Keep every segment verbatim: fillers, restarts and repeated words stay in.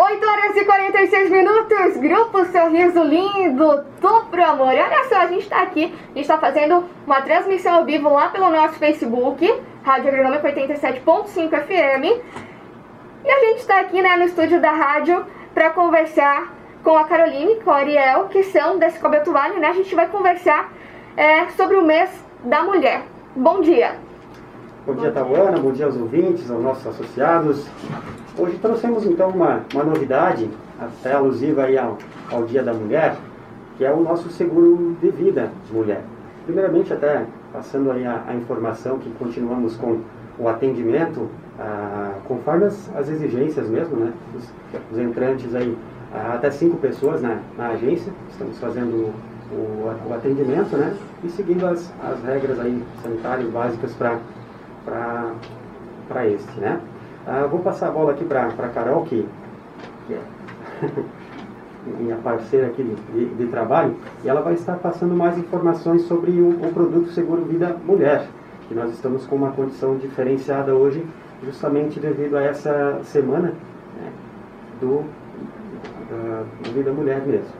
oito horas e quarenta e seis minutos, Grupo Sorriso Lindo, Tu Pro Amor. Olha só, a gente está aqui, a gente está fazendo uma transmissão ao vivo lá pelo nosso Facebook, Rádio Agronômica oitenta e sete ponto cinco F M. E a gente está aqui, né, no estúdio da rádio para conversar com a Caroline e com a Ariel, que são da Cicobi Vale, né? A gente vai conversar é, sobre o mês da mulher. Bom dia. Bom dia, Tauana, bom dia aos ouvintes, aos nossos associados. Hoje trouxemos então uma, uma novidade, até alusiva aí ao, ao Dia da Mulher, que é o nosso seguro de vida mulher. Primeiramente, até passando aí a, a informação que continuamos com o atendimento, ah, conforme as, as exigências mesmo, né? Os, os entrantes aí, ah, até cinco pessoas na, na agência, estamos fazendo o, o atendimento, né? E seguindo as, as regras aí sanitárias básicas para para este, né? Ah, vou passar a bola aqui para a Carol, que, que é minha parceira aqui de, de trabalho, e ela vai estar passando mais informações sobre o, o produto Seguro Vida Mulher, que nós estamos com uma condição diferenciada hoje, justamente devido a essa semana, né, do, da, do Vida Mulher mesmo.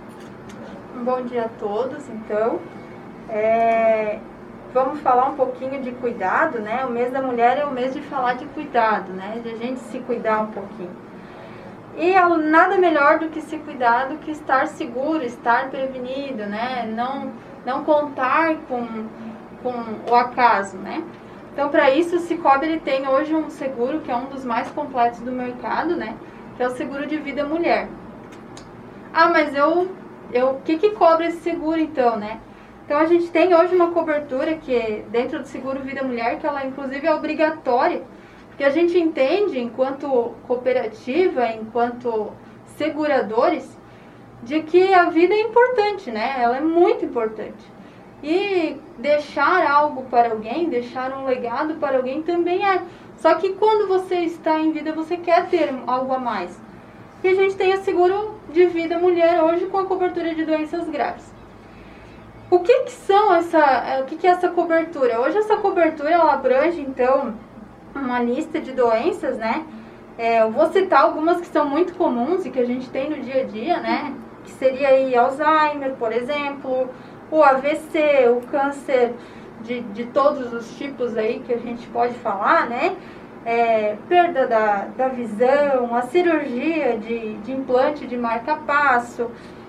Bom dia a todos, então. É... Vamos falar um pouquinho de cuidado, né? O mês da mulher é o mês de falar de cuidado, né? De a gente se cuidar um pouquinho. E nada melhor do que se cuidar do que estar seguro, estar prevenido, né? Não, não contar com, com o acaso, né? Então, para isso, o Cicobi ele tem hoje um seguro que é um dos mais completos do mercado, né? Que é o seguro de vida mulher. Ah, mas eu... eu o que que cobre esse seguro, então, né? Então, a gente tem hoje uma cobertura que é dentro do Seguro Vida Mulher, que ela, inclusive, é obrigatória, porque a gente entende, enquanto cooperativa, enquanto seguradores, de que a vida é importante, né? Ela é muito importante. E deixar algo para alguém, deixar um legado para alguém também é. Só que quando você está em vida, você quer ter algo a mais. E a gente tem o Seguro de Vida Mulher hoje com a cobertura de doenças graves. O que que são essa, o que que é essa cobertura? Hoje essa cobertura ela abrange então uma lista de doenças, né? É, eu vou citar algumas que são muito comuns e que a gente tem no dia a dia, né? Que seria aí Alzheimer, por exemplo, o A V C, o câncer de, de todos os tipos aí que a gente pode falar, né? É, perda da, da visão, a cirurgia de, de implante de marca-passo,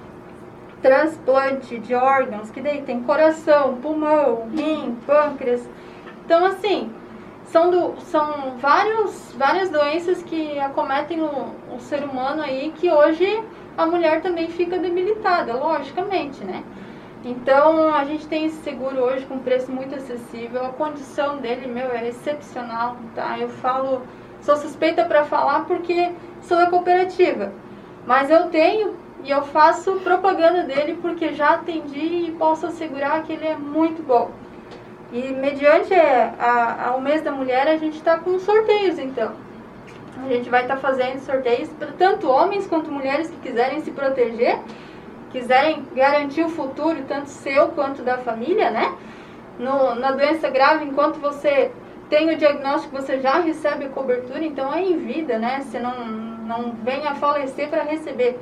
transplante de órgãos, que daí tem coração, pulmão, rim, pâncreas. Então, assim, são, do, são vários, várias doenças que acometem o, o ser humano aí, que hoje a mulher também fica debilitada, logicamente, né? Então, a gente tem esse seguro hoje com preço muito acessível, a condição dele, meu, é excepcional, tá? Eu falo, sou suspeita para falar porque sou da cooperativa, mas eu tenho... E eu faço propaganda dele porque já atendi e posso assegurar que ele é muito bom. E mediante a, a, o mês da mulher, a gente está com sorteios, então. A gente vai estar tá fazendo sorteios para tanto homens quanto mulheres que quiserem se proteger, quiserem garantir o futuro, tanto seu quanto da família, né? No, na doença grave, enquanto você tem o diagnóstico, você já recebe a cobertura, então é em vida, né? Você não, não vem a falecer para receber.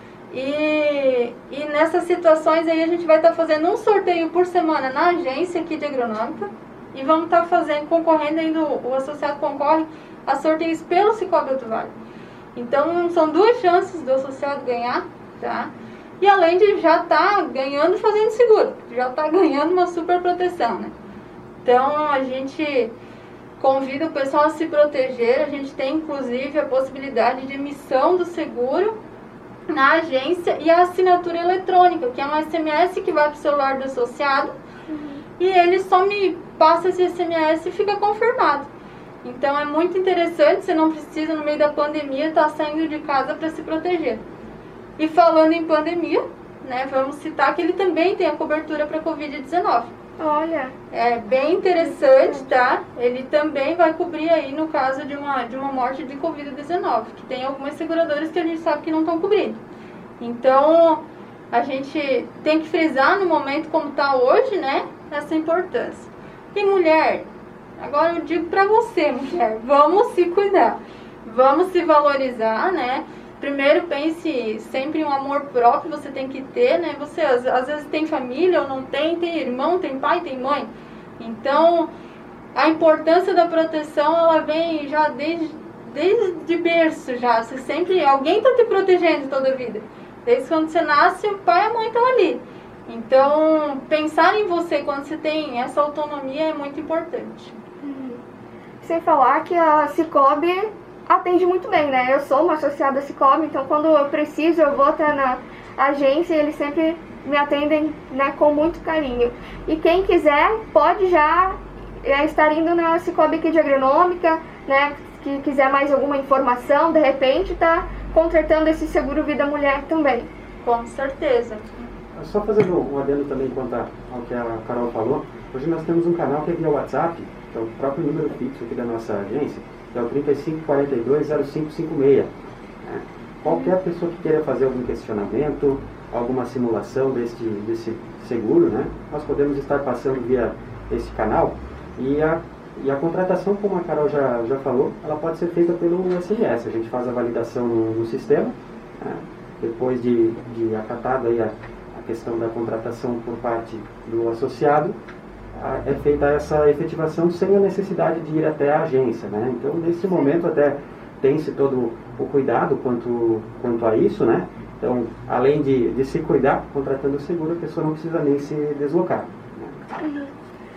E, e nessas situações aí a gente vai estar tá fazendo um sorteio por semana na agência aqui de agronômica e vamos estar tá fazendo, concorrendo ainda, o associado concorre a sorteios pelo Cicobi Vale. Então são duas chances do associado ganhar, tá? E além de já estar tá ganhando fazendo seguro, já está ganhando uma super proteção, né? Então a gente convida o pessoal a se proteger, a gente tem inclusive a possibilidade de emissão do seguro na agência e a assinatura eletrônica, que é um S M S que vai para o celular do associado, uhum. E ele só me passa esse S M S e fica confirmado. Então é muito interessante, você não precisa no meio da pandemia estar saindo de casa para se proteger. E falando em pandemia, né, vamos citar que ele também tem a cobertura para covid dezenove. Olha, é bem interessante, tá? Ele também vai cobrir aí no caso de uma, de uma morte de covid dezenove, que tem algumas seguradoras que a gente sabe que não estão cobrindo. Então, a gente tem que frisar no momento como está hoje, né, essa importância. E mulher, agora eu digo para você, mulher, vamos se cuidar, vamos se valorizar, né? primeiro pense sempre em um amor próprio, você tem que ter, né? Você às, às vezes tem família ou não tem, tem irmão, tem pai, tem mãe. Então, a importância da proteção, ela vem já desde, desde berço já. Você sempre, alguém está te protegendo toda a vida. Desde quando você nasce, o pai e a mãe estão ali. Então, pensar em você quando você tem essa autonomia é muito importante. Uhum. Sem falar que a Cicobi atende muito bem, né? Eu sou uma associada à Cicobi, então quando eu preciso, eu vou até na agência e eles sempre me atendem, né, com muito carinho. E quem quiser, pode já é, estar indo na Cicobi aqui de Agronômica, né? Que quiser mais alguma informação, de repente tá contratando esse Seguro Vida Mulher também. Com certeza. Só fazendo um adendo também quanto ao que a Carol falou, hoje nós temos um canal que é via WhatsApp, que é o próprio número fixo aqui da nossa agência, que é o trinta e cinco, quarenta e dois, zero cinco cinco seis. Né? Qualquer pessoa que queira fazer algum questionamento, alguma simulação desse, desse seguro, né? Nós podemos estar passando via esse canal e a, e a contratação, como a Carol já, já falou, ela pode ser feita pelo S M S. A gente faz a validação no, no sistema, né? Depois de, de acatado aí a a questão da contratação por parte do associado, é feita essa efetivação sem a necessidade de ir até a agência, né? Então, nesse momento, até tem-se todo o cuidado quanto, quanto a isso, né? Então, além de, de se cuidar, contratando o seguro, a pessoa não precisa nem se deslocar. Né? Uhum.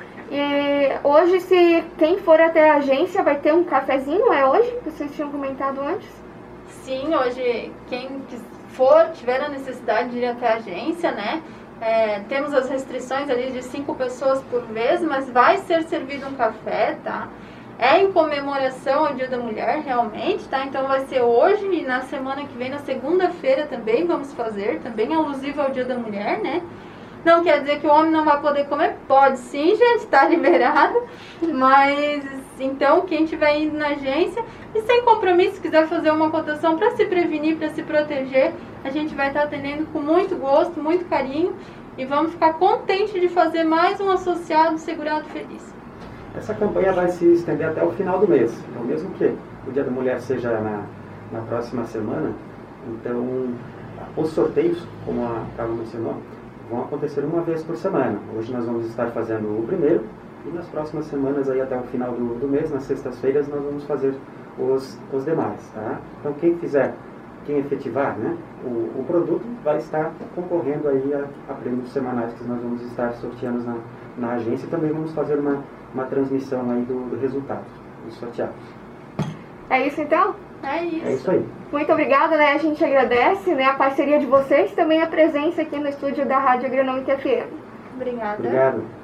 E hoje, se quem for até a agência, vai ter um cafezinho, é hoje? Vocês tinham comentado antes? Sim, hoje, quem for, tiver a necessidade de ir até a agência, né? É, temos as restrições ali de cinco pessoas por vez, mas vai ser servido um café, tá? É em comemoração ao Dia da Mulher, realmente, tá? Então vai ser hoje e na semana que vem, na segunda-feira também vamos fazer, também alusivo ao Dia da Mulher, né? Não quer dizer que o homem não vai poder comer? Pode sim, gente, tá liberado. Mas, então, quem estiver indo na agência e sem compromisso, quiser fazer uma cotação para se prevenir, para se proteger, a gente vai estar atendendo com muito gosto, muito carinho e vamos ficar contentes de fazer mais um associado segurado feliz. Essa campanha vai se estender até o final do mês. Então, mesmo que o Dia da Mulher seja na, na próxima semana, então, os sorteios, como a Carla mencionou, vão acontecer uma vez por semana. Hoje nós vamos estar fazendo o primeiro e nas próximas semanas, aí até o final do, do mês, nas sextas-feiras, nós vamos fazer os, os demais. Tá? Então, quem quiser, quem efetivar, né, o, o produto vai estar concorrendo aí a, a prêmios semanais que nós vamos estar sorteando na, na agência e também vamos fazer uma, uma transmissão aí do, do resultado dos sorteados. É isso então? É isso. É isso aí. Muito obrigada, né? A gente agradece, né, a parceria de vocês, também a presença aqui no estúdio da Rádio Agronômica F M. Obrigada. Obrigado.